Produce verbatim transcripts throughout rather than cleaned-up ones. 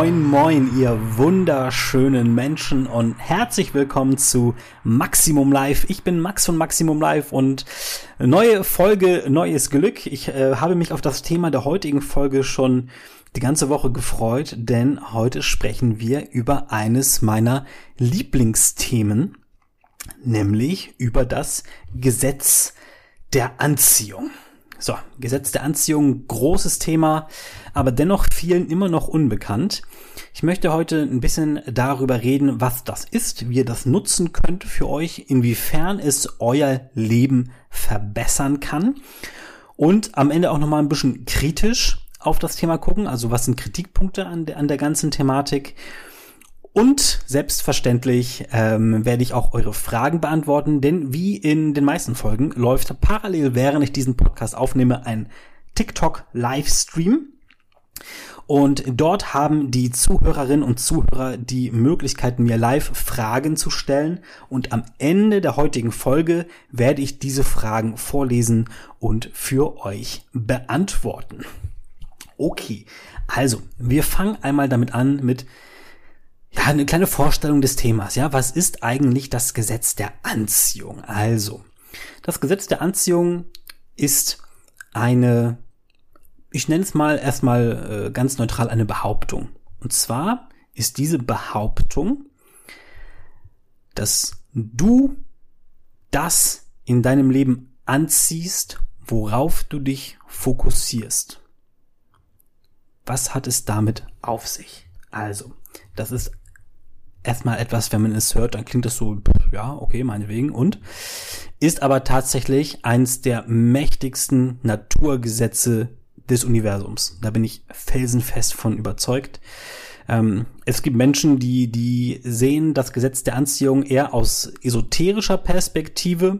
Moin, moin, ihr wunderschönen Menschen und herzlich willkommen zu Maximum Live. Ich bin Max von Maximum Live und neue Folge, neues Glück. Ich äh, habe mich auf das Thema der heutigen Folge schon die ganze Woche gefreut, denn heute sprechen wir über eines meiner Lieblingsthemen, nämlich über das Gesetz der Anziehung. So, Gesetz der Anziehung, großes Thema, aber dennoch vielen immer noch unbekannt. Ich möchte heute ein bisschen darüber reden, was das ist, wie ihr das nutzen könnt für euch, inwiefern es euer Leben verbessern kann und am Ende auch nochmal ein bisschen kritisch auf das Thema gucken, also was sind Kritikpunkte an der, an der ganzen Thematik. Und selbstverständlich ähm, werde ich auch eure Fragen beantworten, denn wie in den meisten Folgen läuft parallel, während ich diesen Podcast aufnehme, ein TikTok-Livestream. Und dort haben die Zuhörerinnen und Zuhörer die Möglichkeit, mir live Fragen zu stellen. Und am Ende der heutigen Folge werde ich diese Fragen vorlesen und für euch beantworten. Okay, also wir fangen einmal damit an mit Ja, eine kleine Vorstellung des Themas, ja. Was ist eigentlich das Gesetz der Anziehung? Also, das Gesetz der Anziehung ist eine, ich nenne es mal erstmal äh, ganz neutral eine Behauptung. Und zwar ist diese Behauptung, dass du das in deinem Leben anziehst, worauf du dich fokussierst. Was hat es damit auf sich? Also, das ist erstmal etwas, wenn man es hört, dann klingt das so, ja, okay, meinetwegen, und ist aber tatsächlich eins der mächtigsten Naturgesetze des Universums. Da bin ich felsenfest von überzeugt. Ähm, es gibt Menschen, die, die sehen das Gesetz der Anziehung eher aus esoterischer Perspektive.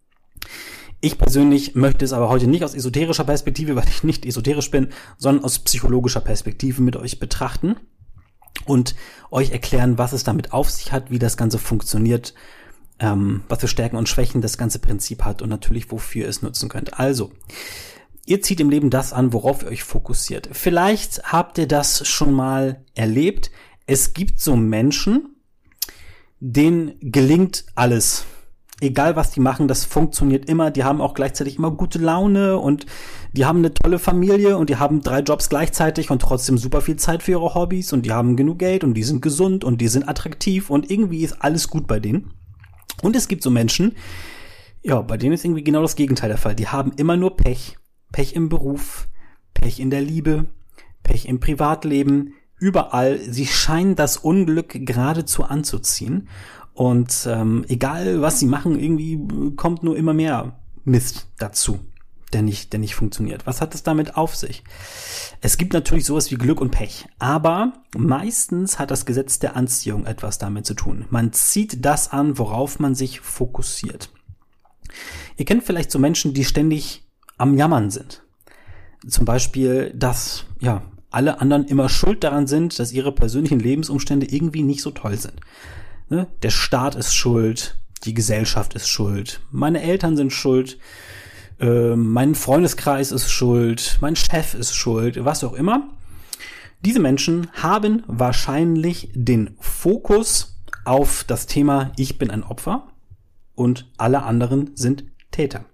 Ich persönlich möchte es aber heute nicht aus esoterischer Perspektive, weil ich nicht esoterisch bin, sondern aus psychologischer Perspektive mit euch betrachten und euch erklären, was es damit auf sich hat, wie das Ganze funktioniert, ähm, was für Stärken und Schwächen das ganze Prinzip hat und natürlich, wofür ihr es nutzen könnt. Also, ihr zieht im Leben das an, worauf ihr euch fokussiert. Vielleicht habt ihr das schon mal erlebt. Es gibt so Menschen, denen gelingt alles. Egal was die machen, das funktioniert immer. Die haben auch gleichzeitig immer gute Laune und die haben eine tolle Familie und die haben drei Jobs gleichzeitig und trotzdem super viel Zeit für ihre Hobbys und die haben genug Geld und die sind gesund und die sind attraktiv und irgendwie ist alles gut bei denen. Und es gibt so Menschen, ja, bei denen ist irgendwie genau das Gegenteil der Fall. Die haben immer nur Pech. Pech im Beruf, Pech in der Liebe, Pech im Privatleben, überall. Sie scheinen das Unglück geradezu anzuziehen. Und ähm, egal, was sie machen, irgendwie kommt nur immer mehr Mist dazu, der nicht, der nicht funktioniert. Was hat es damit auf sich? Es gibt natürlich sowas wie Glück und Pech, aber meistens hat das Gesetz der Anziehung etwas damit zu tun. Man zieht das an, worauf man sich fokussiert. Ihr kennt vielleicht so Menschen, die ständig am Jammern sind. Zum Beispiel, dass ja alle anderen immer schuld daran sind, dass ihre persönlichen Lebensumstände irgendwie nicht so toll sind. Der Staat ist schuld, die Gesellschaft ist schuld, meine Eltern sind schuld, äh, mein Freundeskreis ist schuld, mein Chef ist schuld, was auch immer. Diese Menschen haben wahrscheinlich den Fokus auf das Thema Ich bin ein Opfer und alle anderen sind Täter.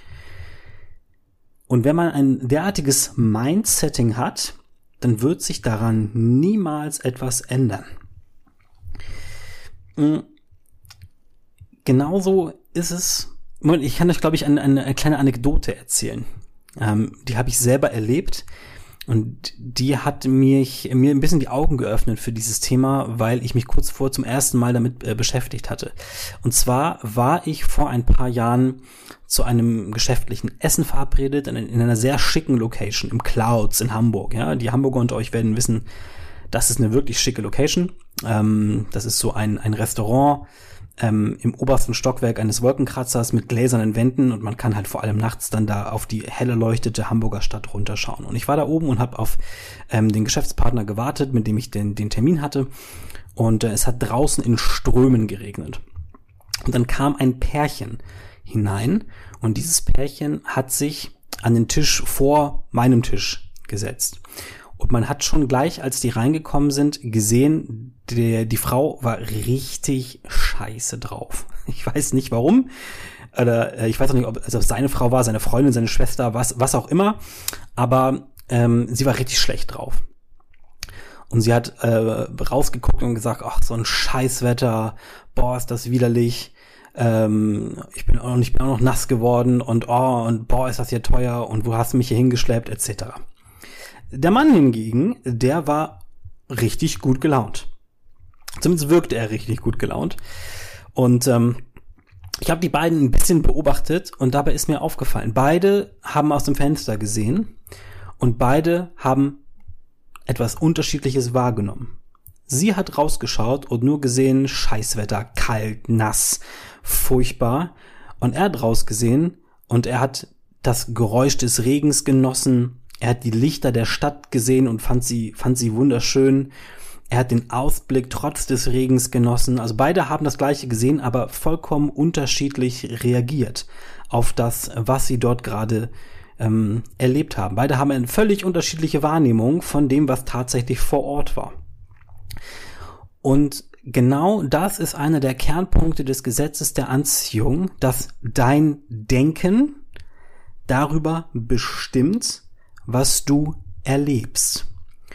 Und wenn man ein derartiges Mindsetting hat, dann wird sich daran niemals etwas ändern. Genauso ist es, ich kann euch, glaube ich, eine, eine kleine Anekdote erzählen. Ähm, die habe ich selber erlebt und die hat mich, mir ein bisschen die Augen geöffnet für dieses Thema, weil ich mich kurz vor zum ersten Mal damit äh, beschäftigt hatte. Und zwar war ich vor ein paar Jahren zu einem geschäftlichen Essen verabredet, in, in einer sehr schicken Location, im Clouds in Hamburg. Ja, die Hamburger unter euch werden wissen, das ist eine wirklich schicke Location. Ähm, das ist so ein, ein Restaurant ähm, im obersten Stockwerk eines Wolkenkratzers mit gläsernen Wänden und man kann halt vor allem nachts dann da auf die hell erleuchtete Hamburger Stadt runterschauen. Und ich war da oben und habe auf ähm, den Geschäftspartner gewartet, mit dem ich den, den Termin hatte. Und äh, es hat draußen in Strömen geregnet. Und dann kam ein Pärchen hinein und dieses Pärchen hat sich an den Tisch vor meinem Tisch gesetzt. Und man hat schon gleich, als die reingekommen sind, gesehen, die, die Frau war richtig scheiße drauf. Ich weiß nicht warum. Oder ich weiß auch nicht, ob also seine Frau war, seine Freundin, seine Schwester, was, was auch immer. Aber ähm, sie war richtig schlecht drauf. Und sie hat äh, rausgeguckt und gesagt, ach, so ein Scheißwetter, boah, ist das widerlich. Ähm, ich bin auch, ich bin auch noch nass geworden und oh, und boah, ist das hier teuer und wo hast du mich hier hingeschleppt, et cetera. Der Mann hingegen, der war richtig gut gelaunt. Zumindest wirkte er richtig gut gelaunt. Und ähm, ich habe die beiden ein bisschen beobachtet und dabei ist mir aufgefallen, beide haben aus dem Fenster gesehen und beide haben etwas Unterschiedliches wahrgenommen. Sie hat rausgeschaut und nur gesehen, Scheißwetter, kalt, nass, furchtbar. Und er hat rausgesehen und er hat das Geräusch des Regens genossen. Er hat die Lichter der Stadt gesehen und fand sie, fand sie wunderschön. Er hat den Ausblick trotz des Regens genossen. Also beide haben das Gleiche gesehen, aber vollkommen unterschiedlich reagiert auf das, was sie dort gerade ähm, erlebt haben. Beide haben eine völlig unterschiedliche Wahrnehmung von dem, was tatsächlich vor Ort war. Und genau das ist einer der Kernpunkte des Gesetzes der Anziehung, dass dein Denken darüber bestimmt, was du erlebst.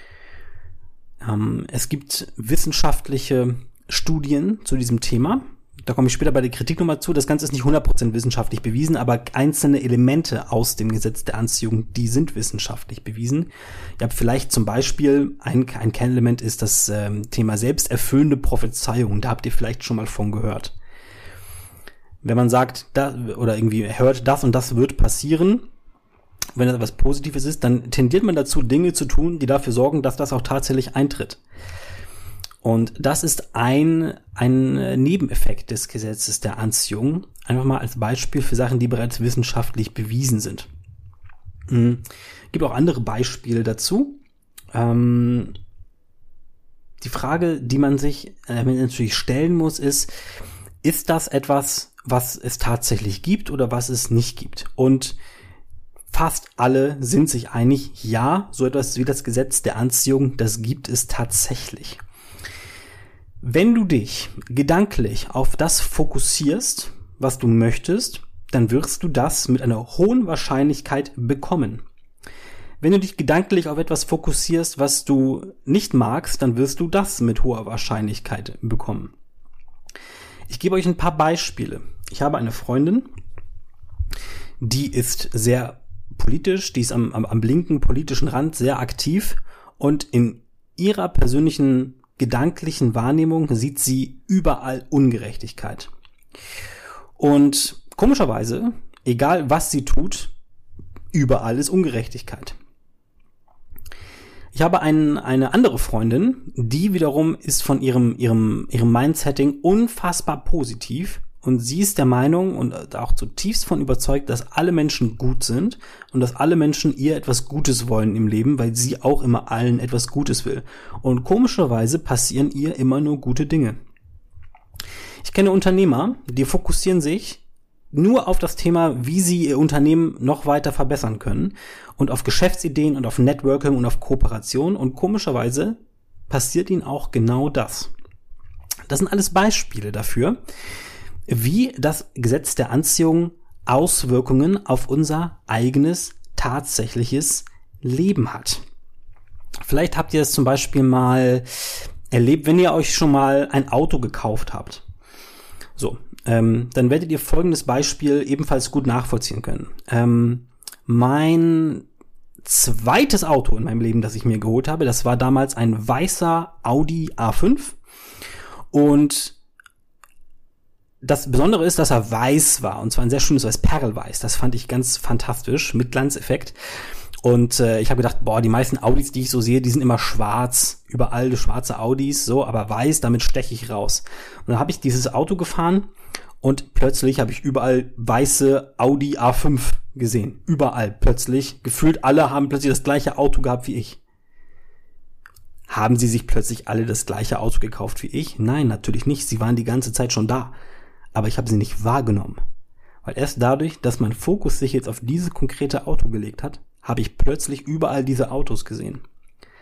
Ähm, es gibt wissenschaftliche Studien zu diesem Thema. Da komme ich später bei der Kritik nochmal zu. Das Ganze ist nicht hundert Prozent wissenschaftlich bewiesen, aber einzelne Elemente aus dem Gesetz der Anziehung, die sind wissenschaftlich bewiesen. Ihr habt vielleicht zum Beispiel, ein, ein Kernelement ist das ähm, Thema selbsterfüllende Prophezeiung. Da habt ihr vielleicht schon mal von gehört. Wenn man sagt, da, oder irgendwie hört, das und das wird passieren, wenn das etwas Positives ist, dann tendiert man dazu, Dinge zu tun, die dafür sorgen, dass das auch tatsächlich eintritt. Und das ist ein, ein Nebeneffekt des Gesetzes der Anziehung. Einfach mal als Beispiel für Sachen, die bereits wissenschaftlich bewiesen sind. Mhm. Gibt auch andere Beispiele dazu. Ähm, die Frage, die man sich äh, natürlich stellen muss, ist, ist das etwas, was es tatsächlich gibt oder was es nicht gibt? Und fast alle sind sich einig, ja, so etwas wie das Gesetz der Anziehung, das gibt es tatsächlich. Wenn du dich gedanklich auf das fokussierst, was du möchtest, dann wirst du das mit einer hohen Wahrscheinlichkeit bekommen. Wenn du dich gedanklich auf etwas fokussierst, was du nicht magst, dann wirst du das mit hoher Wahrscheinlichkeit bekommen. Ich gebe euch ein paar Beispiele. Ich habe eine Freundin, die ist sehr politisch, die ist am, am, am linken politischen Rand sehr aktiv und in ihrer persönlichen gedanklichen Wahrnehmung sieht sie überall Ungerechtigkeit. Und komischerweise, egal was sie tut, überall ist Ungerechtigkeit. Ich habe einen, eine andere Freundin, die wiederum ist von ihrem, ihrem, ihrem Mindsetting unfassbar positiv. Und sie ist der Meinung und auch zutiefst von überzeugt, dass alle Menschen gut sind und dass alle Menschen ihr etwas Gutes wollen im Leben, weil sie auch immer allen etwas Gutes will. Und komischerweise passieren ihr immer nur gute Dinge. Ich kenne Unternehmer, die fokussieren sich nur auf das Thema, wie sie ihr Unternehmen noch weiter verbessern können und auf Geschäftsideen und auf Networking und auf Kooperation. Und komischerweise passiert ihnen auch genau das. Das sind alles Beispiele dafür, wie das Gesetz der Anziehung Auswirkungen auf unser eigenes, tatsächliches Leben hat. Vielleicht habt ihr es zum Beispiel mal erlebt, wenn ihr euch schon mal ein Auto gekauft habt. So, ähm, dann werdet ihr folgendes Beispiel ebenfalls gut nachvollziehen können. Ähm, mein zweites Auto in meinem Leben, das ich mir geholt habe, das war damals ein weißer Audi A fünf und das Besondere ist, dass er weiß war, und zwar ein sehr schönes Weiß, Perlweiß. Das fand ich ganz fantastisch, mit Glanzeffekt. Und äh, ich habe gedacht, boah, die meisten Audis, die ich so sehe, die sind immer schwarz. Überall schwarze Audis, so, aber weiß, damit steche ich raus. Und dann habe ich dieses Auto gefahren und plötzlich habe ich überall weiße Audi A fünf gesehen. Überall, plötzlich. Gefühlt alle haben plötzlich das gleiche Auto gehabt wie ich. Haben sie sich plötzlich alle das gleiche Auto gekauft wie ich? Nein, natürlich nicht. Sie waren die ganze Zeit schon da. Aber ich habe sie nicht wahrgenommen. Weil erst dadurch, dass mein Fokus sich jetzt auf dieses konkrete Auto gelegt hat, habe ich plötzlich überall diese Autos gesehen.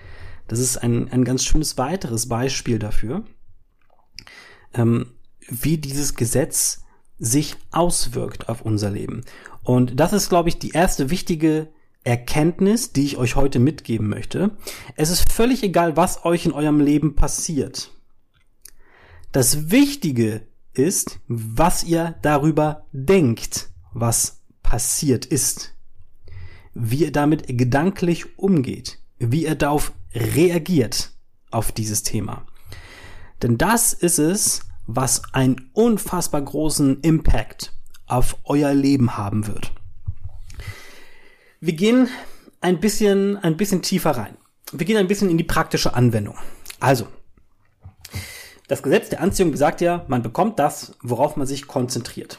Das ist ein, ein ganz schönes weiteres Beispiel dafür, ähm, wie dieses Gesetz sich auswirkt auf unser Leben. Und das ist, glaube ich, die erste wichtige Erkenntnis, die ich euch heute mitgeben möchte. Es ist völlig egal, was euch in eurem Leben passiert. Das Wichtige ist, was ihr darüber denkt, was passiert ist. Wie ihr damit gedanklich umgeht, wie ihr darauf reagiert auf dieses Thema. Denn das ist es, was einen unfassbar großen Impact auf euer Leben haben wird. Wir gehen ein bisschen, ein bisschen tiefer rein. Wir gehen ein bisschen in die praktische Anwendung. Also, das Gesetz der Anziehung besagt ja, man bekommt das, worauf man sich konzentriert.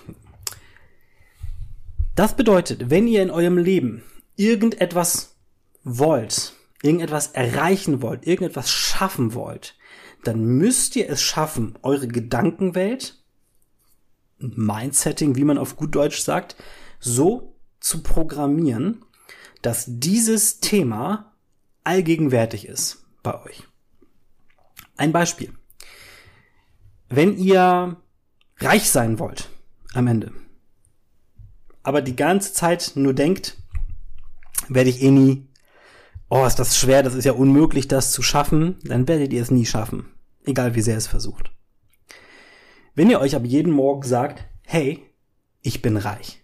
Das bedeutet, wenn ihr in eurem Leben irgendetwas wollt, irgendetwas erreichen wollt, irgendetwas schaffen wollt, dann müsst ihr es schaffen, eure Gedankenwelt, Mindsetting, wie man auf gut Deutsch sagt, so zu programmieren, dass dieses Thema allgegenwärtig ist bei euch. Ein Beispiel. Wenn ihr reich sein wollt am Ende, aber die ganze Zeit nur denkt, werde ich eh nie, oh, ist das schwer, das ist ja unmöglich, das zu schaffen, dann werdet ihr es nie schaffen, egal wie sehr es versucht. Wenn ihr euch aber jeden Morgen sagt, hey, ich bin reich.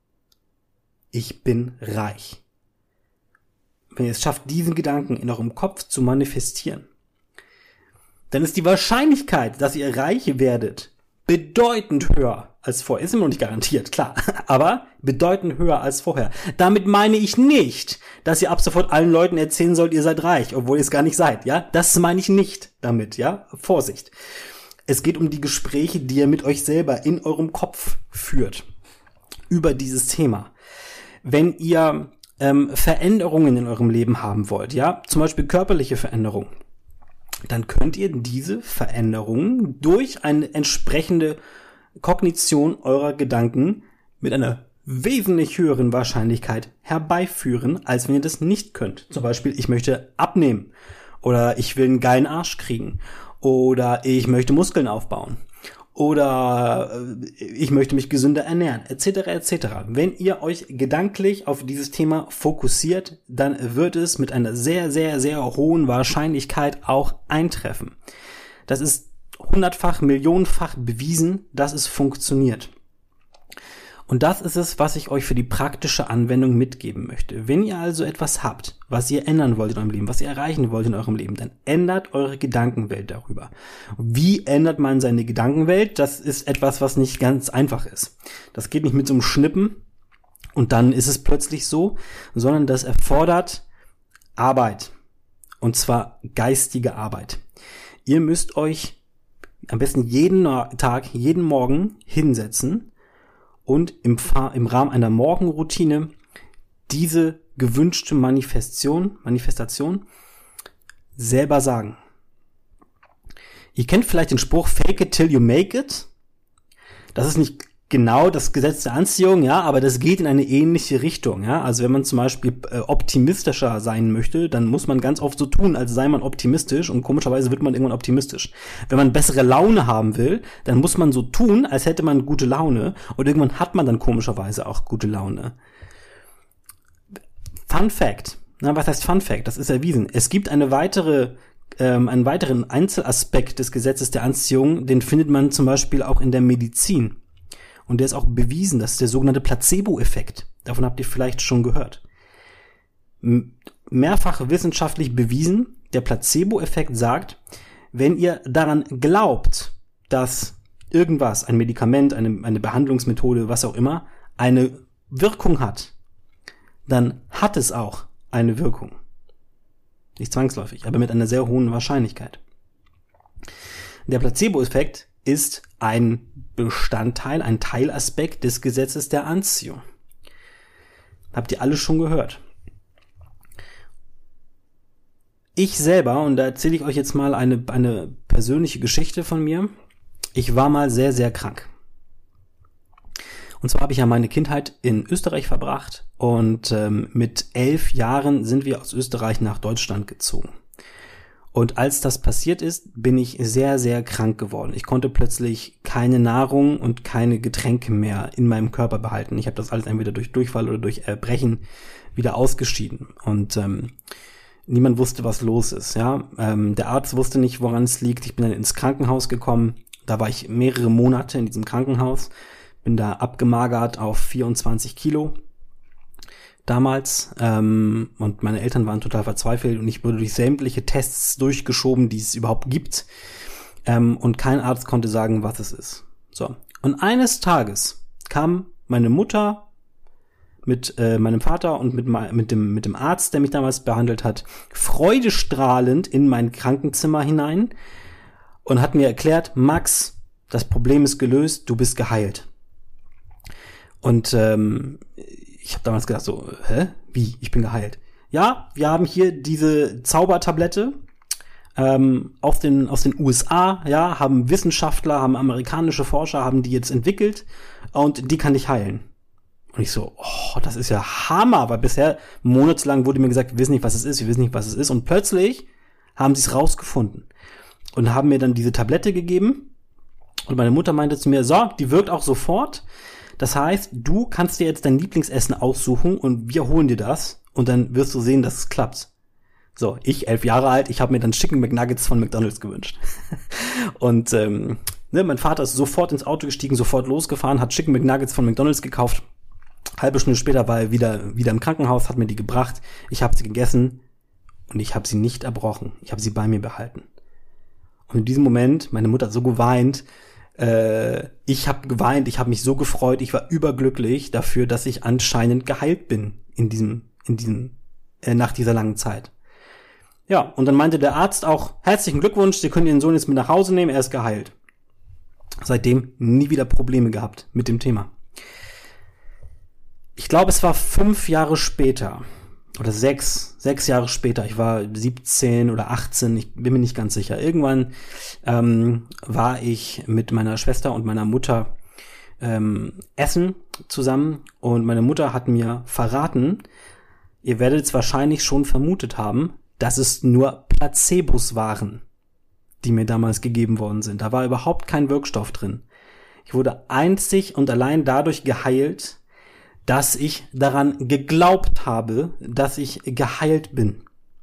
Ich bin reich. Wenn ihr es schafft, diesen Gedanken in eurem Kopf zu manifestieren, dann ist die Wahrscheinlichkeit, dass ihr reich werdet, bedeutend höher als vorher. Ist immer noch nicht garantiert, klar, aber bedeutend höher als vorher. Damit meine ich nicht, dass ihr ab sofort allen Leuten erzählen sollt, ihr seid reich, obwohl ihr es gar nicht seid, ja? Das meine ich nicht damit, ja? Vorsicht. Es geht um die Gespräche, die ihr mit euch selber in eurem Kopf führt über dieses Thema. Wenn ihr ähm, Veränderungen in eurem Leben haben wollt, ja, zum Beispiel körperliche Veränderungen, dann könnt ihr diese Veränderungen durch eine entsprechende Kognition eurer Gedanken mit einer wesentlich höheren Wahrscheinlichkeit herbeiführen, als wenn ihr das nicht könnt. Zum Beispiel, ich möchte abnehmen oder ich will einen geilen Arsch kriegen oder ich möchte Muskeln aufbauen oder ich möchte mich gesünder ernähren, et cetera et cetera. Wenn ihr euch gedanklich auf dieses Thema fokussiert, dann wird es mit einer sehr, sehr, sehr hohen Wahrscheinlichkeit auch eintreffen. Das ist hundertfach, millionenfach bewiesen, dass es funktioniert. Und das ist es, was ich euch für die praktische Anwendung mitgeben möchte. Wenn ihr also etwas habt, was ihr ändern wollt in eurem Leben, was ihr erreichen wollt in eurem Leben, dann ändert eure Gedankenwelt darüber. Wie ändert man seine Gedankenwelt? Das ist etwas, was nicht ganz einfach ist. Das geht nicht mit so einem Schnippen und dann ist es plötzlich so, sondern das erfordert Arbeit. Und zwar geistige Arbeit. Ihr müsst euch am besten jeden Tag, jeden Morgen hinsetzen und im, im Rahmen einer Morgenroutine diese gewünschte Manifestation, Manifestation selber sagen. Ihr kennt vielleicht den Spruch Fake it till you make it. Das ist nicht genau das Gesetz der Anziehung, ja, aber das geht in eine ähnliche Richtung, ja. Also wenn man zum Beispiel äh, optimistischer sein möchte, dann muss man ganz oft so tun, als sei man optimistisch und komischerweise wird man irgendwann optimistisch. Wenn man bessere Laune haben will, dann muss man so tun, als hätte man gute Laune und irgendwann hat man dann komischerweise auch gute Laune. Fun Fact. Na, was heißt Fun Fact? Das ist erwiesen. Es gibt eine weitere ähm, einen weiteren Einzelaspekt des Gesetzes der Anziehung, den findet man zum Beispiel auch in der Medizin. Und der ist auch bewiesen, das ist der sogenannte Placebo-Effekt. Davon habt ihr vielleicht schon gehört. Mehrfach wissenschaftlich bewiesen, der Placebo-Effekt sagt, wenn ihr daran glaubt, dass irgendwas, ein Medikament, eine, eine Behandlungsmethode, was auch immer, eine Wirkung hat, dann hat es auch eine Wirkung. Nicht zwangsläufig, aber mit einer sehr hohen Wahrscheinlichkeit. Der Placebo-Effekt ist ein Bestandteil, ein Teilaspekt des Gesetzes der Anziehung. Habt ihr alle schon gehört. Ich selber, und da erzähle ich euch jetzt mal eine, eine persönliche Geschichte von mir, ich war mal sehr, sehr krank. Und zwar habe ich ja meine Kindheit in Österreich verbracht und ähm, mit elf Jahren sind wir aus Österreich nach Deutschland gezogen. Und als das passiert ist, bin ich sehr, sehr krank geworden. Ich konnte plötzlich keine Nahrung und keine Getränke mehr in meinem Körper behalten. Ich habe das alles entweder durch Durchfall oder durch Erbrechen wieder ausgeschieden. Und ähm, niemand wusste, was los ist. Ja, ähm, der Arzt wusste nicht, woran es liegt. Ich bin dann ins Krankenhaus gekommen. Da war ich mehrere Monate in diesem Krankenhaus. Bin da abgemagert auf vierundzwanzig Kilo. Damals, ähm, und meine Eltern waren total verzweifelt und ich wurde durch sämtliche Tests durchgeschoben, die es überhaupt gibt, ähm, und kein Arzt konnte sagen, was es ist. So. Und eines Tages kam meine Mutter mit äh, meinem Vater und mit, mit dem mit dem Arzt, der mich damals behandelt hat, freudestrahlend in mein Krankenzimmer hinein und hat mir erklärt: Max, das Problem ist gelöst, du bist geheilt. Und ähm, ich habe damals gedacht so, hä? Wie? Ich bin geheilt. Ja, wir haben hier diese Zaubertablette ähm, aus den aus den U S A, ja, haben Wissenschaftler, haben amerikanische Forscher, haben die jetzt entwickelt und die kann dich heilen. Und ich so, oh, das ist ja Hammer, weil bisher monatelang wurde mir gesagt, wir wissen nicht, was es ist, wir wissen nicht, was es ist. Und plötzlich haben sie es rausgefunden und haben mir dann diese Tablette gegeben. Und meine Mutter meinte zu mir, so, die wirkt auch sofort. Das heißt, du kannst dir jetzt dein Lieblingsessen aussuchen und wir holen dir das und dann wirst du sehen, dass es klappt. So, ich, elf Jahre alt, ich habe mir dann Chicken McNuggets von McDonald's gewünscht. Und ähm, ne, mein Vater ist sofort ins Auto gestiegen, sofort losgefahren, hat Chicken McNuggets von McDonald's gekauft. Halbe Stunde später war er wieder wieder im Krankenhaus, hat mir die gebracht. Ich habe sie gegessen und ich habe sie nicht erbrochen. Ich habe sie bei mir behalten. Und in diesem Moment, meine Mutter hat so geweint, Äh, ich habe geweint, ich habe mich so gefreut, ich war überglücklich dafür, dass ich anscheinend geheilt bin in diesem, in diesem, äh, nach dieser langen Zeit. Ja, und dann meinte der Arzt auch, herzlichen Glückwunsch, Sie können Ihren Sohn jetzt mit nach Hause nehmen, er ist geheilt. Seitdem nie wieder Probleme gehabt mit dem Thema. Ich glaube, es war fünf Jahre später, oder sechs, sechs Jahre später, ich war siebzehn oder achtzehn, ich bin mir nicht ganz sicher. Irgendwann ähm, war ich mit meiner Schwester und meiner Mutter ähm, essen zusammen und meine Mutter hat mir verraten, ihr werdet es wahrscheinlich schon vermutet haben, dass es nur Placebos waren, die mir damals gegeben worden sind. Da war überhaupt kein Wirkstoff drin. Ich wurde einzig und allein dadurch geheilt, dass ich daran geglaubt habe, dass ich geheilt bin.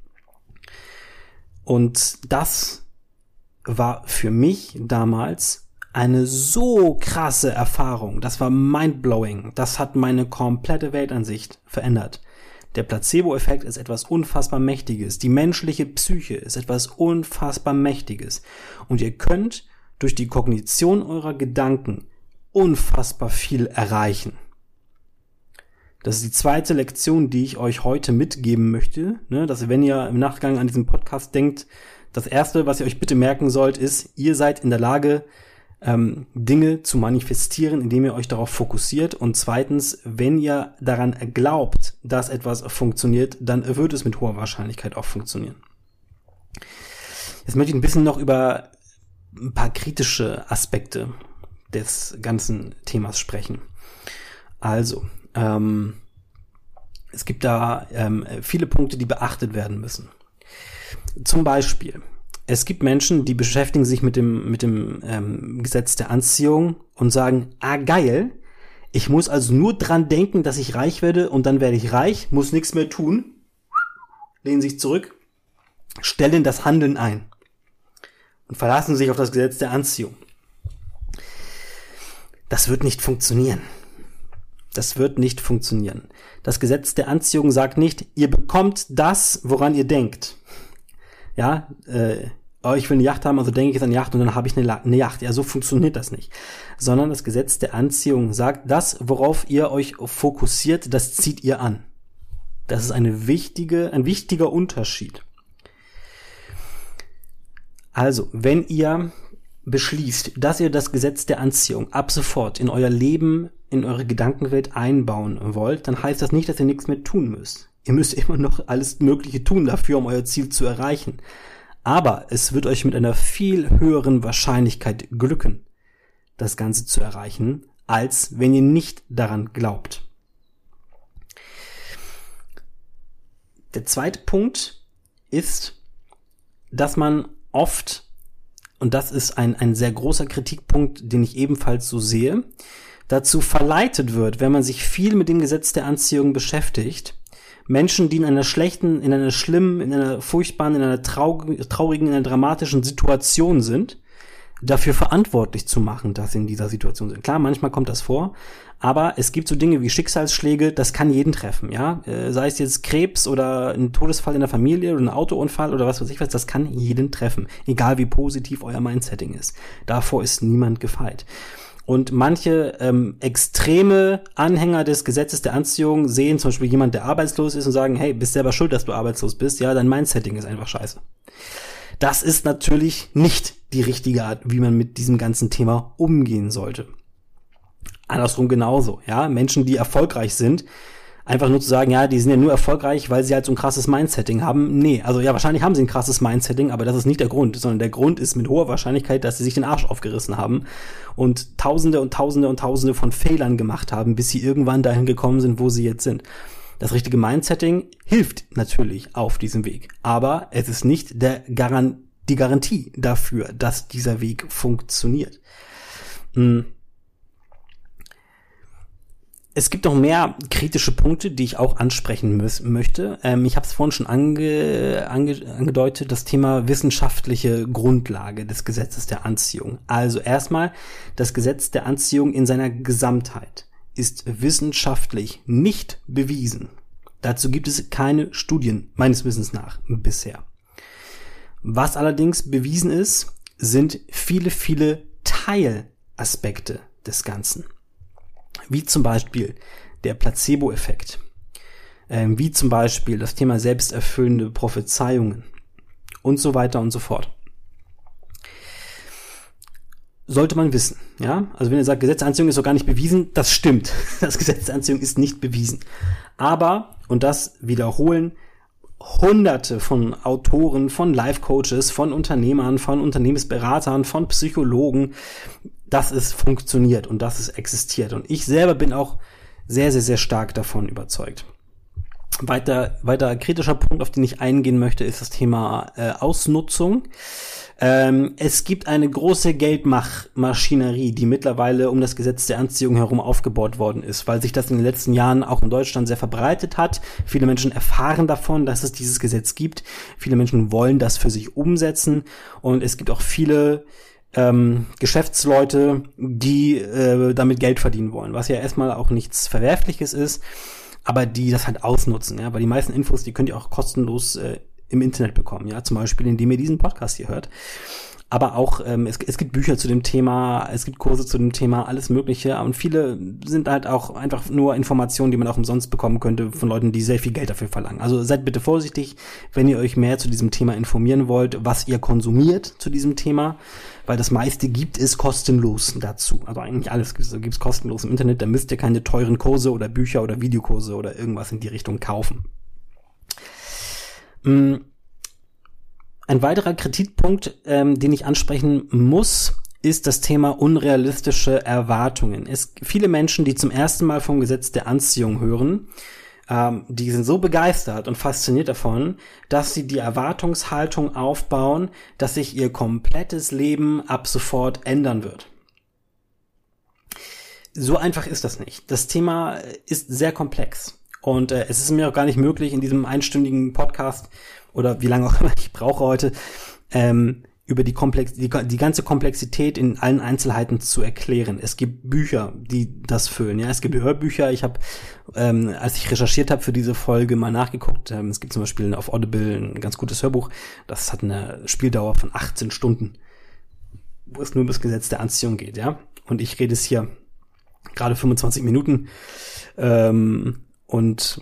Und das war für mich damals eine so krasse Erfahrung. Das war mindblowing. Das hat meine komplette Weltansicht verändert. Der Placebo-Effekt ist etwas unfassbar Mächtiges. Die menschliche Psyche ist etwas unfassbar Mächtiges. Und ihr könnt durch die Kognition eurer Gedanken unfassbar viel erreichen. Das ist die zweite Lektion, die ich euch heute mitgeben möchte, ne, dass wenn ihr im Nachgang an diesem Podcast denkt, das erste, was ihr euch bitte merken sollt, ist, ihr seid in der Lage, ähm, Dinge zu manifestieren, indem ihr euch darauf fokussiert. Und zweitens, wenn ihr daran glaubt, dass etwas funktioniert, dann wird es mit hoher Wahrscheinlichkeit auch funktionieren. Jetzt möchte ich ein bisschen noch über ein paar kritische Aspekte des ganzen Themas sprechen. Also, Ähm, es gibt da ähm, viele Punkte, die beachtet werden müssen. Zum Beispiel, es gibt Menschen, die beschäftigen sich mit dem mit dem ähm, Gesetz der Anziehung und sagen, ah geil, ich muss also nur dran denken, dass ich reich werde und dann werde ich reich, muss nichts mehr tun, lehnen sich zurück, stellen das Handeln ein und verlassen sich auf das Gesetz der Anziehung. Das wird nicht funktionieren. Das wird nicht funktionieren. Das Gesetz der Anziehung sagt nicht, ihr bekommt das, woran ihr denkt. Ja, äh, oh, ich will eine Yacht haben, also denke ich jetzt an eine Yacht und dann habe ich eine, eine Yacht. Ja, so funktioniert das nicht. Sondern das Gesetz der Anziehung sagt, das, worauf ihr euch fokussiert, das zieht ihr an. Das ist eine wichtige, ein wichtiger Unterschied. Also, wenn ihr beschließt, dass ihr das Gesetz der Anziehung ab sofort in euer Leben, in eure Gedankenwelt einbauen wollt, dann heißt das nicht, dass ihr nichts mehr tun müsst. Ihr müsst immer noch alles Mögliche tun dafür, um euer Ziel zu erreichen. Aber es wird euch mit einer viel höheren Wahrscheinlichkeit glücken, das Ganze zu erreichen, als wenn ihr nicht daran glaubt. Der zweite Punkt ist, dass man oft, und das ist ein, ein sehr großer Kritikpunkt, den ich ebenfalls so sehe, dazu verleitet wird, wenn man sich viel mit dem Gesetz der Anziehung beschäftigt, Menschen, die in einer schlechten, in einer schlimmen, in einer furchtbaren, in einer traurigen, in einer dramatischen Situation sind, dafür verantwortlich zu machen, dass sie in dieser Situation sind. Klar, manchmal kommt das vor, aber es gibt so Dinge wie Schicksalsschläge, das kann jeden treffen, ja. Sei es jetzt Krebs oder ein Todesfall in der Familie oder ein Autounfall oder was weiß ich was, das kann jeden treffen, egal wie positiv euer Mindsetting ist. Davor ist niemand gefeit. Und manche ähm, extreme Anhänger des Gesetzes der Anziehung sehen zum Beispiel jemand, der arbeitslos ist und sagen, hey, bist selber schuld, dass du arbeitslos bist, ja, dein Mindsetting ist einfach scheiße. Das ist natürlich nicht die richtige Art, wie man mit diesem ganzen Thema umgehen sollte. Andersrum genauso, ja, Menschen, die erfolgreich sind, einfach nur zu sagen, ja, die sind ja nur erfolgreich, weil sie halt so ein krasses Mindsetting haben. Nee, also ja, wahrscheinlich haben sie ein krasses Mindsetting, aber das ist nicht der Grund, sondern der Grund ist mit hoher Wahrscheinlichkeit, dass sie sich den Arsch aufgerissen haben und Tausende und Tausende und Tausende von Fehlern gemacht haben, bis sie irgendwann dahin gekommen sind, wo sie jetzt sind. Das richtige Mindsetting hilft natürlich auf diesem Weg, aber es ist nicht der Garan- die Garantie dafür, dass dieser Weg funktioniert. Hm. Es gibt noch mehr kritische Punkte, die ich auch ansprechen mü- möchte. Ähm, ich habe es vorhin schon ange- ange- angedeutet, das Thema wissenschaftliche Grundlage des Gesetzes der Anziehung. Also erstmal, das Gesetz der Anziehung in seiner Gesamtheit ist wissenschaftlich nicht bewiesen. Dazu gibt es keine Studien, meines Wissens nach, bisher. Was allerdings bewiesen ist, sind viele, viele Teilaspekte des Ganzen. Wie zum Beispiel der Placebo-Effekt, ähm, wie zum Beispiel das Thema selbsterfüllende Prophezeiungen und so weiter und so fort. Sollte man wissen, ja? Also wenn ihr sagt, Gesetz der Anziehung ist doch gar nicht bewiesen, das stimmt. Das Gesetz der Anziehung ist nicht bewiesen. Aber, und das wiederholen Hunderte von Autoren, von Life-Coaches, von Unternehmern, von Unternehmensberatern, von Psychologen, dass es funktioniert und dass es existiert. Und ich selber bin auch sehr, sehr, sehr stark davon überzeugt. Weiter, weiter kritischer Punkt, auf den ich eingehen möchte, ist das Thema äh, Ausnutzung. Ähm, es gibt eine große Geldmachmaschinerie, die mittlerweile um das Gesetz der Anziehung herum aufgebaut worden ist, weil sich das in den letzten Jahren auch in Deutschland sehr verbreitet hat. Viele Menschen erfahren davon, dass es dieses Gesetz gibt. Viele Menschen wollen das für sich umsetzen. Und es gibt auch viele ähm, Geschäftsleute, die äh, damit Geld verdienen wollen, was ja erstmal auch nichts Verwerfliches ist, aber die das halt ausnutzen, ja, weil die meisten Infos, die könnt ihr auch kostenlos äh, im Internet bekommen, ja, zum Beispiel, indem ihr diesen Podcast hier hört. Aber auch, ähm, es, es gibt Bücher zu dem Thema, es gibt Kurse zu dem Thema, alles Mögliche. Und viele sind halt auch einfach nur Informationen, die man auch umsonst bekommen könnte von Leuten, die sehr viel Geld dafür verlangen. Also seid bitte vorsichtig, wenn ihr euch mehr zu diesem Thema informieren wollt, was ihr konsumiert zu diesem Thema, weil das meiste gibt es kostenlos dazu. Also eigentlich alles gibt es kostenlos im Internet. Da müsst ihr keine teuren Kurse oder Bücher oder Videokurse oder irgendwas in die Richtung kaufen. Mm. Ein weiterer Kritikpunkt, ähm, den ich ansprechen muss, ist das Thema unrealistische Erwartungen. Es viele Menschen, die zum ersten Mal vom Gesetz der Anziehung hören, ähm, die sind so begeistert und fasziniert davon, dass sie die Erwartungshaltung aufbauen, dass sich ihr komplettes Leben ab sofort ändern wird. So einfach ist das nicht. Das Thema ist sehr komplex. Und äh, es ist mir auch gar nicht möglich, in diesem einstündigen Podcast oder wie lange auch immer ich brauche heute, ähm, über die, Komplex die, die ganze Komplexität in allen Einzelheiten zu erklären. Es gibt Bücher, die das füllen. Ja, es gibt Hörbücher. Ich habe, ähm, als ich recherchiert habe für diese Folge, mal nachgeguckt. Ähm, es gibt zum Beispiel auf Audible ein ganz gutes Hörbuch. Das hat eine Spieldauer von achtzehn Stunden, wo es nur um das Gesetz der Anziehung geht. Ja, und ich rede es hier gerade fünfundzwanzig Minuten ähm, und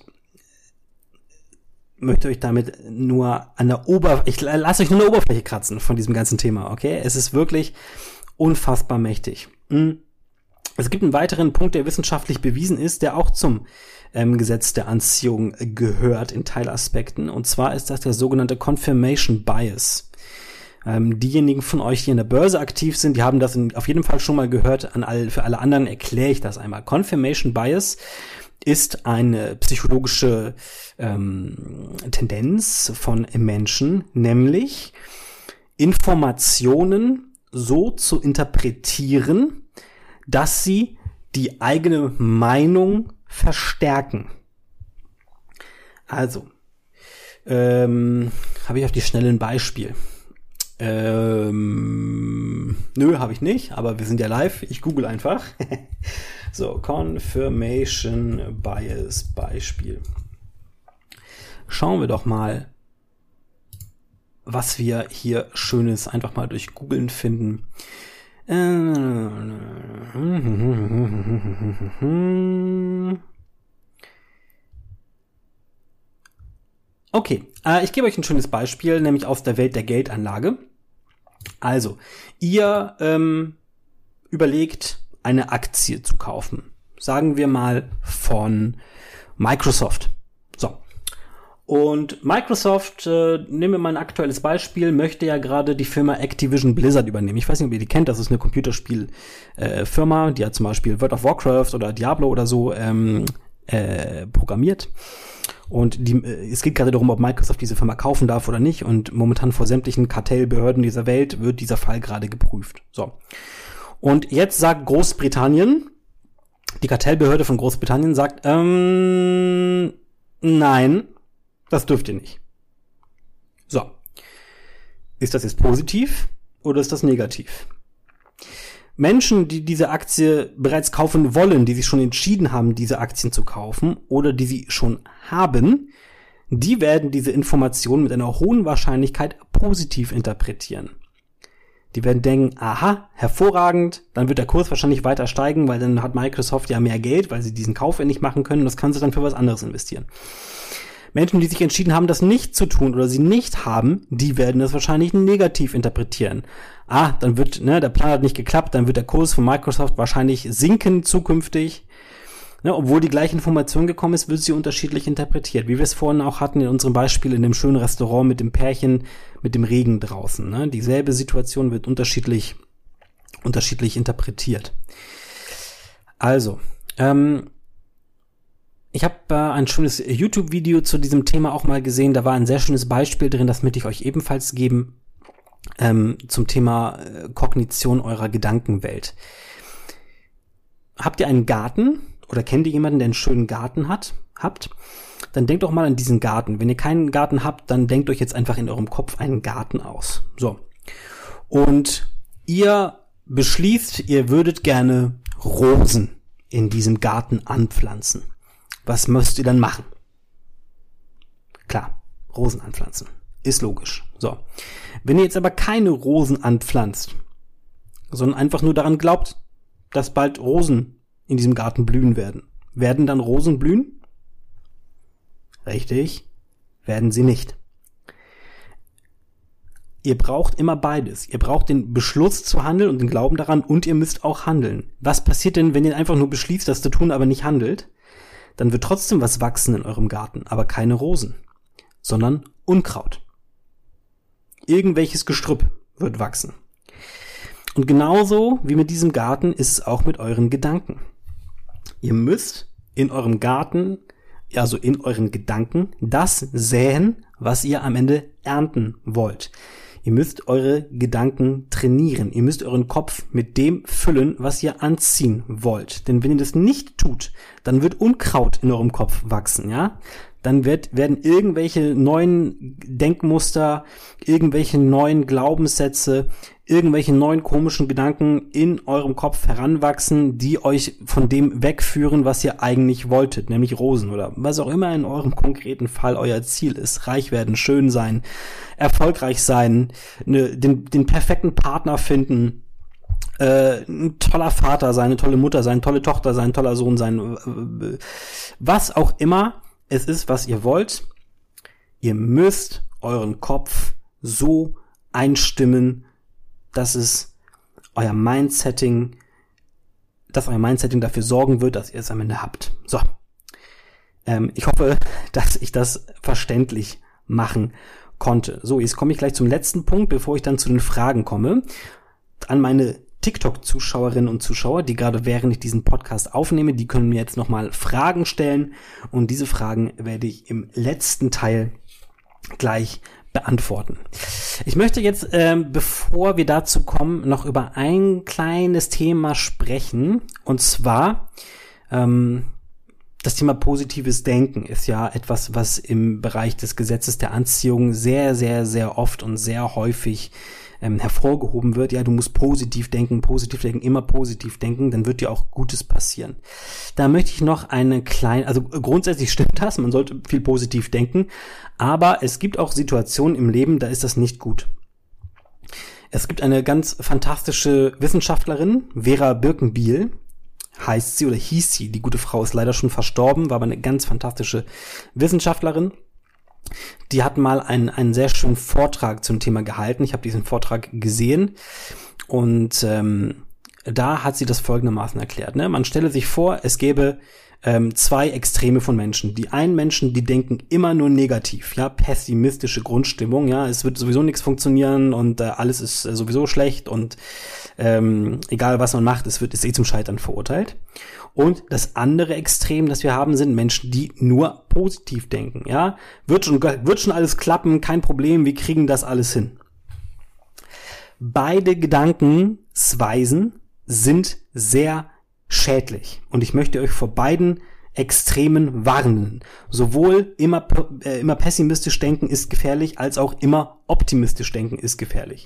möchte euch damit nur an der Oberfläche, ich lasse euch nur eine Oberfläche kratzen von diesem ganzen Thema, okay? Es ist wirklich unfassbar mächtig. Es gibt einen weiteren Punkt, der wissenschaftlich bewiesen ist, der auch zum ähm, Gesetz der Anziehung gehört in Teilaspekten, und zwar ist das der sogenannte Confirmation Bias. Ähm, diejenigen von euch, die in der Börse aktiv sind, die haben das in, auf jeden Fall schon mal gehört. An all, für alle anderen erkläre ich das einmal. Confirmation Bias ist eine psychologische ähm, Tendenz von Menschen, nämlich Informationen so zu interpretieren, dass sie die eigene Meinung verstärken. Also, ähm, habe ich auf die Schnelle ein Beispiel. Ähm, nö, habe ich nicht, aber wir sind ja live. Ich google einfach. So, Confirmation Bias Beispiel. Schauen wir doch mal, was wir hier Schönes einfach mal durch Googlen finden. Okay, äh, ich gebe euch ein schönes Beispiel, nämlich aus der Welt der Geldanlage. Also, ihr ähm, überlegt, eine Aktie zu kaufen. Sagen wir mal von Microsoft. So. Und Microsoft, äh, nehmen wir mal ein aktuelles Beispiel, möchte ja gerade die Firma Activision Blizzard übernehmen. Ich weiß nicht, ob ihr die kennt, das ist eine Computerspielfirma, äh, die hat zum Beispiel World of Warcraft oder Diablo oder so ähm, äh, programmiert. Und die, es geht gerade darum, ob Microsoft diese Firma kaufen darf oder nicht. Und momentan vor sämtlichen Kartellbehörden dieser Welt wird dieser Fall gerade geprüft. So. Und jetzt sagt Großbritannien, die Kartellbehörde von Großbritannien sagt, ähm, nein, das dürft ihr nicht. So. Ist das jetzt positiv oder ist das negativ? Menschen, die diese Aktie bereits kaufen wollen, die sich schon entschieden haben, diese Aktien zu kaufen oder die sie schon haben, die werden diese Informationen mit einer hohen Wahrscheinlichkeit positiv interpretieren. Die werden denken, aha, hervorragend, dann wird der Kurs wahrscheinlich weiter steigen, weil dann hat Microsoft ja mehr Geld, weil sie diesen Kauf endlich machen können und das kann sie dann für was anderes investieren. Menschen, die sich entschieden haben, das nicht zu tun oder sie nicht haben, die werden das wahrscheinlich negativ interpretieren. Ah, dann wird, ne, der Plan hat nicht geklappt, dann wird der Kurs von Microsoft wahrscheinlich sinken zukünftig. Ne, obwohl die gleiche Information gekommen ist, wird sie unterschiedlich interpretiert. Wie wir es vorhin auch hatten in unserem Beispiel in dem schönen Restaurant mit dem Pärchen mit dem Regen draußen. Ne? Dieselbe Situation wird unterschiedlich, unterschiedlich interpretiert. Also, ähm, ich habe äh, ein schönes YouTube-Video zu diesem Thema auch mal gesehen. Da war ein sehr schönes Beispiel drin, das möchte ich euch ebenfalls geben, ähm, zum Thema äh, Kognition eurer Gedankenwelt. Habt ihr einen Garten oder kennt ihr jemanden, der einen schönen Garten hat, habt? Dann denkt doch mal an diesen Garten. Wenn ihr keinen Garten habt, dann denkt euch jetzt einfach in eurem Kopf einen Garten aus. So. Und ihr beschließt, ihr würdet gerne Rosen in diesem Garten anpflanzen. Was müsst ihr dann machen? Klar, Rosen anpflanzen. Ist logisch. So. Wenn ihr jetzt aber keine Rosen anpflanzt, sondern einfach nur daran glaubt, dass bald Rosen in diesem Garten blühen werden, werden dann Rosen blühen? Richtig, werden sie nicht. Ihr braucht immer beides. Ihr braucht den Beschluss zu handeln und den Glauben daran und ihr müsst auch handeln. Was passiert denn, wenn ihr einfach nur beschließt, das zu tun, aber nicht handelt? Dann wird trotzdem was wachsen in eurem Garten, aber keine Rosen, sondern Unkraut. Irgendwelches Gestrüpp wird wachsen. Und genauso wie mit diesem Garten ist es auch mit euren Gedanken. Ihr müsst in eurem Garten, also in euren Gedanken, das säen, was ihr am Ende ernten wollt. Ihr müsst eure Gedanken trainieren. Ihr müsst euren Kopf mit dem füllen, was ihr anziehen wollt. Denn wenn ihr das nicht tut, dann wird Unkraut in eurem Kopf wachsen, ja? Dann wird, werden irgendwelche neuen Denkmuster, irgendwelche neuen Glaubenssätze, irgendwelche neuen komischen Gedanken in eurem Kopf heranwachsen, die euch von dem wegführen, was ihr eigentlich wolltet, nämlich Rosen oder was auch immer in eurem konkreten Fall euer Ziel ist. Reich werden, schön sein, erfolgreich sein, ne, den, den perfekten Partner finden, äh, ein toller Vater sein, eine tolle Mutter sein, eine tolle Tochter sein, ein toller Sohn sein, was auch immer es ist, was ihr wollt. Ihr müsst euren Kopf so einstimmen, dass es euer Mindsetting, dass euer Mindsetting dafür sorgen wird, dass ihr es am Ende habt. So. Ähm, ich hoffe, dass ich das verständlich machen konnte. So, jetzt komme ich gleich zum letzten Punkt, bevor ich dann zu den Fragen komme. An meine TikTok-Zuschauerinnen und Zuschauer, die gerade während ich diesen Podcast aufnehme, die können mir jetzt nochmal Fragen stellen und diese Fragen werde ich im letzten Teil gleich beantworten. Ich möchte jetzt, ähm, bevor wir dazu kommen, noch über ein kleines Thema sprechen und zwar ähm, das Thema positives Denken ist ja etwas, was im Bereich des Gesetzes der Anziehung sehr, sehr, sehr oft und sehr häufig ähm, hervorgehoben wird. Ja, du musst positiv denken, positiv denken, immer positiv denken, dann wird dir auch Gutes passieren. Da möchte ich noch eine kleine, also grundsätzlich stimmt das, man sollte viel positiv denken, aber es gibt auch Situationen im Leben, da ist das nicht gut. Es gibt eine ganz fantastische Wissenschaftlerin, Vera Birkenbiel, heißt sie oder hieß sie, die gute Frau ist leider schon verstorben, war aber eine ganz fantastische Wissenschaftlerin. Die hat mal einen, einen sehr schönen Vortrag zum Thema gehalten. Ich habe diesen Vortrag gesehen und ähm, da hat sie das folgendermaßen erklärt. Ne? Man stelle sich vor, es gäbe ähm, zwei Extreme von Menschen. Die einen Menschen, die denken immer nur negativ, ja, pessimistische Grundstimmung, ja, es wird sowieso nichts funktionieren und äh, alles ist äh, sowieso schlecht und ähm, egal was man macht, es wird ist eh zum Scheitern verurteilt. Und das andere Extrem, das wir haben, sind Menschen, die nur positiv denken, ja, wird schon wird schon alles klappen, kein Problem, wir kriegen das alles hin. Beide Gedankensweisen sind sehr schädlich. Und ich möchte euch vor beiden Extremen warnen. Sowohl immer, äh, immer pessimistisch denken ist gefährlich, als auch immer optimistisch denken ist gefährlich.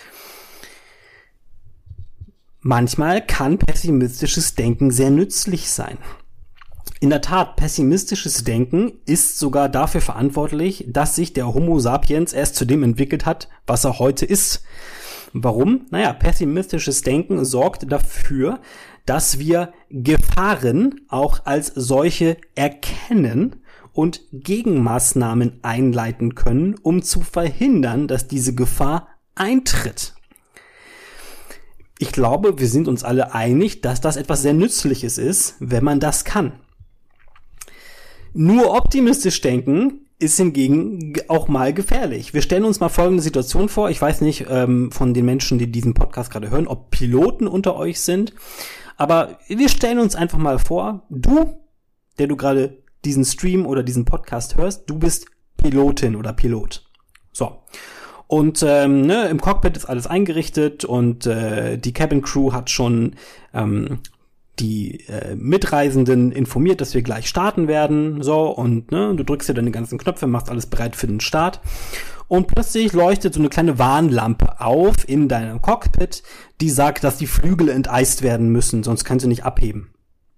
Manchmal kann pessimistisches Denken sehr nützlich sein. In der Tat, pessimistisches Denken ist sogar dafür verantwortlich, dass sich der Homo sapiens erst zu dem entwickelt hat, was er heute ist. Warum? Naja, pessimistisches Denken sorgt dafür, dass wir Gefahren auch als solche erkennen und Gegenmaßnahmen einleiten können, um zu verhindern, dass diese Gefahr eintritt. Ich glaube, wir sind uns alle einig, dass das etwas sehr Nützliches ist, wenn man das kann. Nur optimistisch denken ist hingegen auch mal gefährlich. Wir stellen uns mal folgende Situation vor. Ich weiß nicht ähm, von den Menschen, die diesen Podcast gerade hören, ob Piloten unter euch sind. Aber wir stellen uns einfach mal vor, du, der du gerade diesen Stream oder diesen Podcast hörst, du bist Pilotin oder Pilot. So. Und ähm, ne, im Cockpit ist alles eingerichtet und äh, die Cabin Crew hat schon ähm, die äh, Mitreisenden informiert, dass wir gleich starten werden. So, und ne, du drückst dir deine ganzen Knöpfe, machst alles bereit für den Start. Und plötzlich leuchtet so eine kleine Warnlampe auf in deinem Cockpit, die sagt, dass die Flügel enteist werden müssen, sonst kannst du nicht abheben.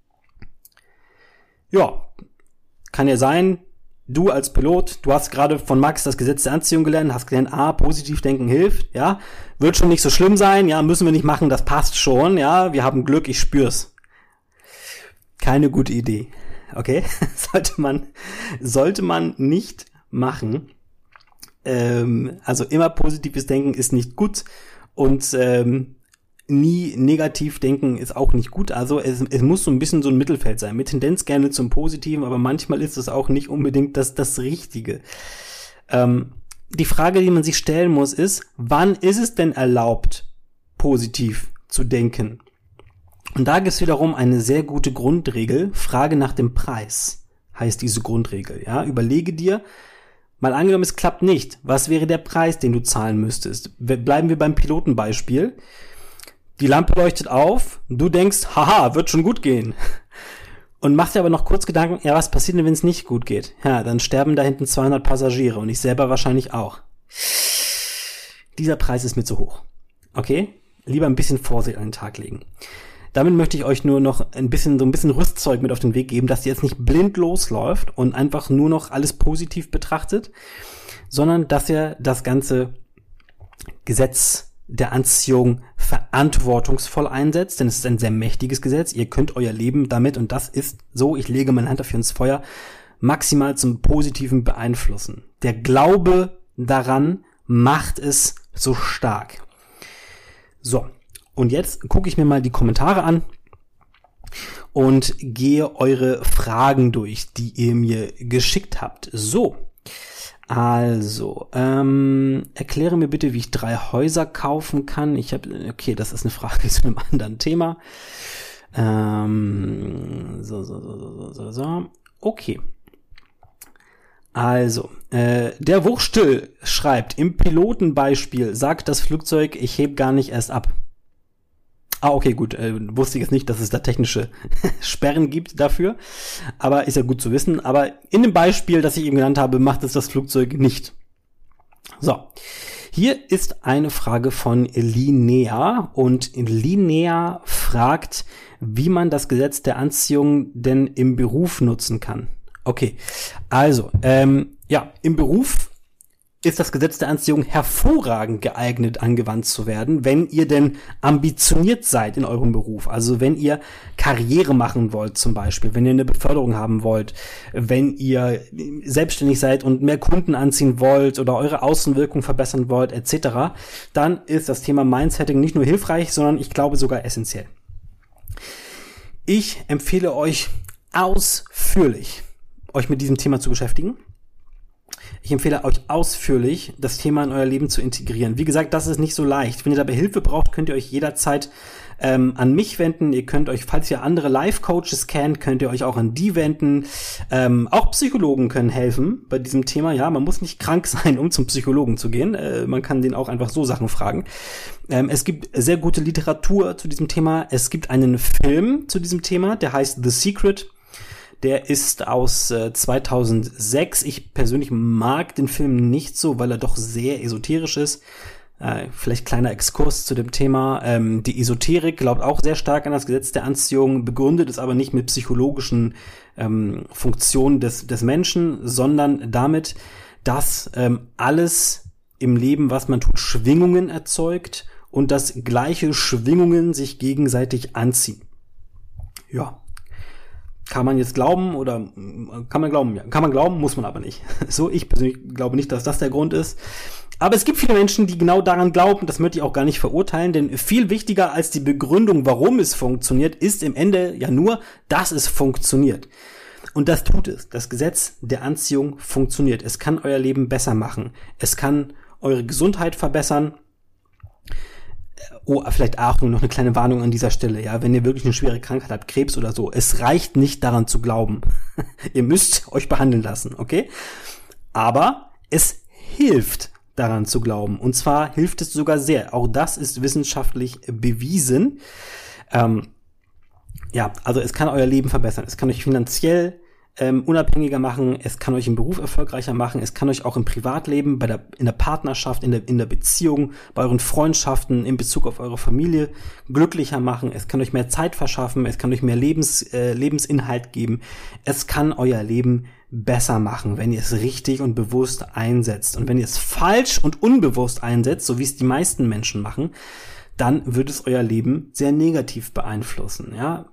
Ja, kann ja sein, du als Pilot, du hast gerade von Max das Gesetz der Anziehung gelernt, hast gelernt, ah, positiv denken hilft, ja, wird schon nicht so schlimm sein, ja, müssen wir nicht machen, das passt schon, ja, wir haben Glück, ich spür's. Keine gute Idee, okay? sollte man, sollte man nicht machen. Ähm, also immer positives Denken ist nicht gut und ähm, nie negativ denken ist auch nicht gut. Also es, es muss so ein bisschen so ein Mittelfeld sein. Mit Tendenz gerne zum Positiven, aber manchmal ist es auch nicht unbedingt das, das Richtige. Ähm, die Frage, die man sich stellen muss, ist, wann ist es denn erlaubt, positiv zu denken? Und da gibt es wiederum eine sehr gute Grundregel. Frage nach dem Preis heißt diese Grundregel. Ja, überlege dir, mal angenommen, es klappt nicht. Was wäre der Preis, den du zahlen müsstest? Bleiben wir beim Pilotenbeispiel. Die Lampe leuchtet auf, du denkst, haha, wird schon gut gehen. Und machst dir aber noch kurz Gedanken, ja, was passiert denn, wenn es nicht gut geht? Ja, dann sterben da hinten zweihundert Passagiere und ich selber wahrscheinlich auch. Dieser Preis ist mir zu hoch. Okay? Lieber ein bisschen Vorsicht an den Tag legen. Damit möchte ich euch nur noch ein bisschen, so ein bisschen Rüstzeug mit auf den Weg geben, dass ihr jetzt nicht blind losläuft und einfach nur noch alles positiv betrachtet, sondern dass ihr das ganze Gesetz der Anziehung verantwortungsvoll einsetzt, denn es ist ein sehr mächtiges Gesetz. Ihr könnt euer Leben damit, und das ist so, ich lege meine Hand dafür ins Feuer, maximal zum Positiven beeinflussen. Der Glaube daran macht es so stark. So. Und jetzt gucke ich mir mal die Kommentare an und gehe eure Fragen durch, die ihr mir geschickt habt. So, Also, ähm, erkläre mir bitte, wie ich drei Häuser kaufen kann. Ich habe, okay, das ist eine Frage zu einem anderen Thema. Ähm, so, so, so, so, so, so. Okay. Also, äh, der Wurstel schreibt, im Pilotenbeispiel sagt das Flugzeug, ich heb gar nicht erst ab. Ah, okay, gut. Äh, wusste ich jetzt nicht, dass es da technische Sperren gibt dafür. Aber ist ja gut zu wissen. Aber in dem Beispiel, das ich eben genannt habe, macht es das Flugzeug nicht. So. Hier ist eine Frage von Linnea. Und Linnea fragt, wie man das Gesetz der Anziehung denn im Beruf nutzen kann. Okay. Also, ähm, ja, im Beruf ist das Gesetz der Anziehung hervorragend geeignet, angewandt zu werden, wenn ihr denn ambitioniert seid in eurem Beruf. Also wenn ihr Karriere machen wollt zum Beispiel, wenn ihr eine Beförderung haben wollt, wenn ihr selbstständig seid und mehr Kunden anziehen wollt oder eure Außenwirkung verbessern wollt, et cetera, dann ist das Thema Mindsetting nicht nur hilfreich, sondern ich glaube sogar essentiell. Ich empfehle euch ausführlich, euch mit diesem Thema zu beschäftigen. Ich empfehle euch ausführlich, das Thema in euer Leben zu integrieren. Wie gesagt, das ist nicht so leicht. Wenn ihr dabei Hilfe braucht, könnt ihr euch jederzeit ähm, an mich wenden. Ihr könnt euch, falls ihr andere Life-Coaches kennt, könnt ihr euch auch an die wenden. Ähm, auch Psychologen können helfen bei diesem Thema. Ja, man muss nicht krank sein, um zum Psychologen zu gehen. Äh, man kann den auch einfach so Sachen fragen. Ähm, es gibt sehr gute Literatur zu diesem Thema. Es gibt einen Film zu diesem Thema, der heißt The Secret. Der ist aus äh, zweitausendsechs. Ich persönlich mag den Film nicht so, weil er doch sehr esoterisch ist. Äh, vielleicht kleiner Exkurs zu dem Thema. Ähm, die Esoterik glaubt auch sehr stark an das Gesetz der Anziehung, begründet es aber nicht mit psychologischen ähm, Funktionen des, des Menschen, sondern damit, dass ähm, alles im Leben, was man tut, Schwingungen erzeugt und dass gleiche Schwingungen sich gegenseitig anziehen. Ja. Kann man jetzt glauben oder kann man glauben? Ja, kann man glauben, muss man aber nicht. So, ich persönlich glaube nicht, dass das der Grund ist. Aber es gibt viele Menschen, die genau daran glauben. Das möchte ich auch gar nicht verurteilen, denn viel wichtiger als die Begründung, warum es funktioniert, ist im Ende ja nur, dass es funktioniert. Und das tut es. Das Gesetz der Anziehung funktioniert. Es kann euer Leben besser machen. Es kann eure Gesundheit verbessern. Oh, vielleicht auch nur noch eine kleine Warnung an dieser Stelle, ja, wenn ihr wirklich eine schwere Krankheit habt, Krebs oder so, es reicht nicht daran zu glauben. Ihr müsst euch behandeln lassen, okay? Aber es hilft daran zu glauben. Und zwar hilft es sogar sehr. Auch das ist wissenschaftlich bewiesen. Ähm, ja, also es kann euer Leben verbessern. Es kann euch finanziell Ähm, unabhängiger machen, es kann euch im Beruf erfolgreicher machen, es kann euch auch im Privatleben, bei der, in der Partnerschaft, in der, in der Beziehung, bei euren Freundschaften, in Bezug auf eure Familie glücklicher machen, es kann euch mehr Zeit verschaffen, es kann euch mehr Lebens, äh, Lebensinhalt geben, es kann euer Leben besser machen, wenn ihr es richtig und bewusst einsetzt. Und wenn ihr es falsch und unbewusst einsetzt, so wie es die meisten Menschen machen, dann wird es euer Leben sehr negativ beeinflussen, ja.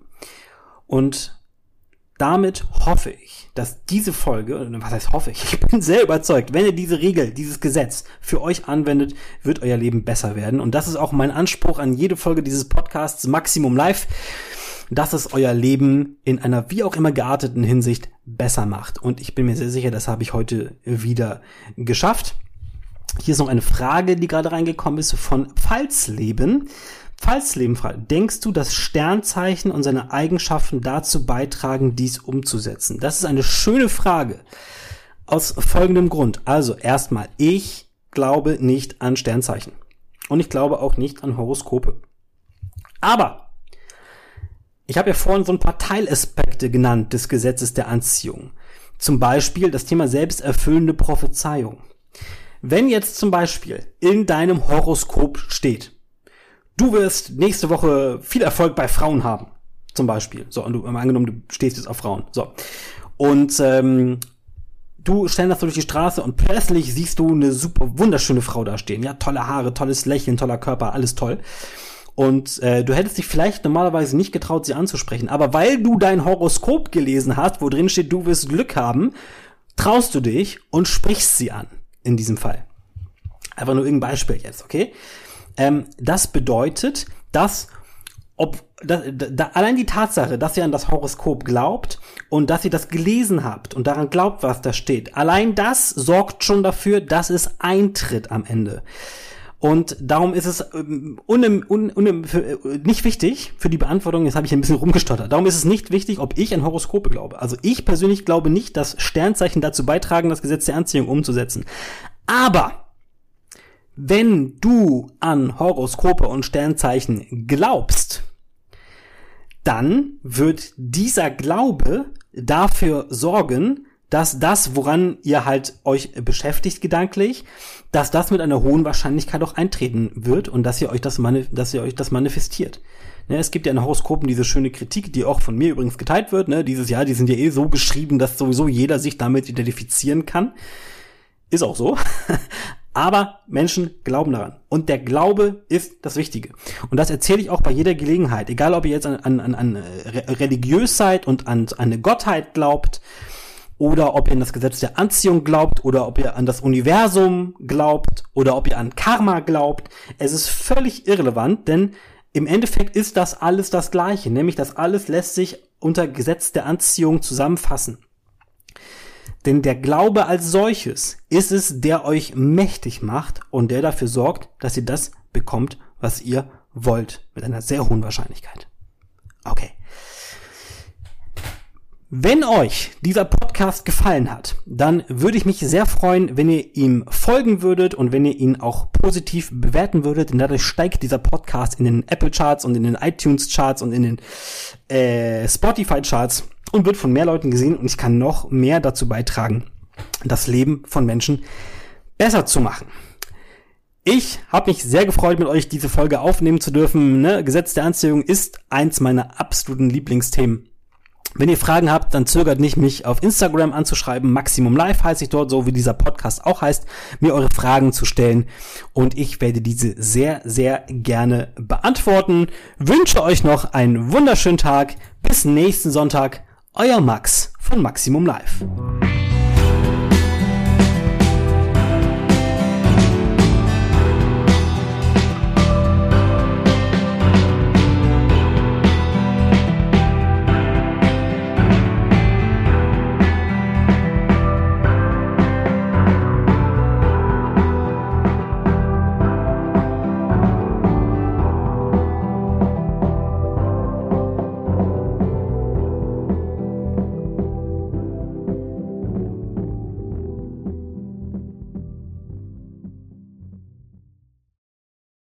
Und damit hoffe ich, dass diese Folge, was heißt hoffe ich, ich bin sehr überzeugt, wenn ihr diese Regel, dieses Gesetz für euch anwendet, wird euer Leben besser werden. Und das ist auch mein Anspruch an jede Folge dieses Podcasts Maximum Live, dass es euer Leben in einer wie auch immer gearteten Hinsicht besser macht. Und ich bin mir sehr sicher, das habe ich heute wieder geschafft. Hier ist noch eine Frage, die gerade reingekommen ist von Pfalzleben. Pfalzleben fragt, denkst du, dass Sternzeichen und seine Eigenschaften dazu beitragen, dies umzusetzen? Das ist eine schöne Frage. Aus folgendem Grund. Also erstmal, ich glaube nicht an Sternzeichen. Und ich glaube auch nicht an Horoskope. Aber ich habe ja vorhin so ein paar Teilaspekte genannt des Gesetzes der Anziehung. Zum Beispiel das Thema selbsterfüllende Prophezeiung. Wenn jetzt zum Beispiel in deinem Horoskop steht, du wirst nächste Woche viel Erfolg bei Frauen haben, zum Beispiel. So, und du, angenommen, du stehst jetzt auf Frauen. So. Und ähm, du stellst so durch die Straße und plötzlich siehst du eine super wunderschöne Frau da stehen. Ja, tolle Haare, tolles Lächeln, toller Körper, alles toll. Und äh, du hättest dich vielleicht normalerweise nicht getraut, sie anzusprechen. Aber weil du dein Horoskop gelesen hast, wo drin steht, du wirst Glück haben, traust du dich und sprichst sie an, in diesem Fall. Einfach nur irgendein Beispiel jetzt, okay? Ähm, das bedeutet, dass, ob da, da, allein die Tatsache, dass ihr an das Horoskop glaubt und dass ihr das gelesen habt und daran glaubt, was da steht, allein das sorgt schon dafür, dass es eintritt am Ende. Und darum ist es ähm, unim, un, unim, für, äh, nicht wichtig für die Beantwortung, jetzt habe ich ein bisschen rumgestottert, darum ist es nicht wichtig, ob ich an Horoskope glaube. Also ich persönlich glaube nicht, dass Sternzeichen dazu beitragen, das Gesetz der Anziehung umzusetzen. Aber wenn du an Horoskope und Sternzeichen glaubst, dann wird dieser Glaube dafür sorgen, dass das, woran ihr halt euch beschäftigt gedanklich, dass das mit einer hohen Wahrscheinlichkeit auch eintreten wird und dass ihr euch das, manif- dass ihr euch das manifestiert. Ne, es gibt ja in Horoskopen diese schöne Kritik, die auch von mir übrigens geteilt wird, ne, dieses Jahr, die sind ja eh so geschrieben, dass sowieso jeder sich damit identifizieren kann. Ist auch so. Aber Menschen glauben daran. Und der Glaube ist das Wichtige. Und das erzähle ich auch bei jeder Gelegenheit. Egal, ob ihr jetzt an, an, an, an religiös seid und an, an eine Gottheit glaubt, oder ob ihr an das Gesetz der Anziehung glaubt, oder ob ihr an das Universum glaubt, oder ob ihr an Karma glaubt. Es ist völlig irrelevant, denn im Endeffekt ist das alles das Gleiche. Nämlich, das alles lässt sich unter Gesetz der Anziehung zusammenfassen. Denn der Glaube als solches ist es, der euch mächtig macht und der dafür sorgt, dass ihr das bekommt, was ihr wollt. Mit einer sehr hohen Wahrscheinlichkeit. Okay. Wenn euch dieser Podcast gefallen hat, dann würde ich mich sehr freuen, wenn ihr ihm folgen würdet und wenn ihr ihn auch positiv bewerten würdet, denn dadurch steigt dieser Podcast in den Apple Charts und in den iTunes Charts und in den äh, Spotify Charts und wird von mehr Leuten gesehen und ich kann noch mehr dazu beitragen, das Leben von Menschen besser zu machen. Ich habe mich sehr gefreut, mit euch diese Folge aufnehmen zu dürfen. Ne? Gesetz der Anziehung ist eins meiner absoluten Lieblingsthemen. Wenn ihr Fragen habt, dann zögert nicht, mich auf Instagram anzuschreiben. Maximum Live heiße ich dort, so wie dieser Podcast auch heißt, mir eure Fragen zu stellen. Und ich werde diese sehr, sehr gerne beantworten. Wünsche euch noch einen wunderschönen Tag. Bis nächsten Sonntag. Euer Max von Maximum Live.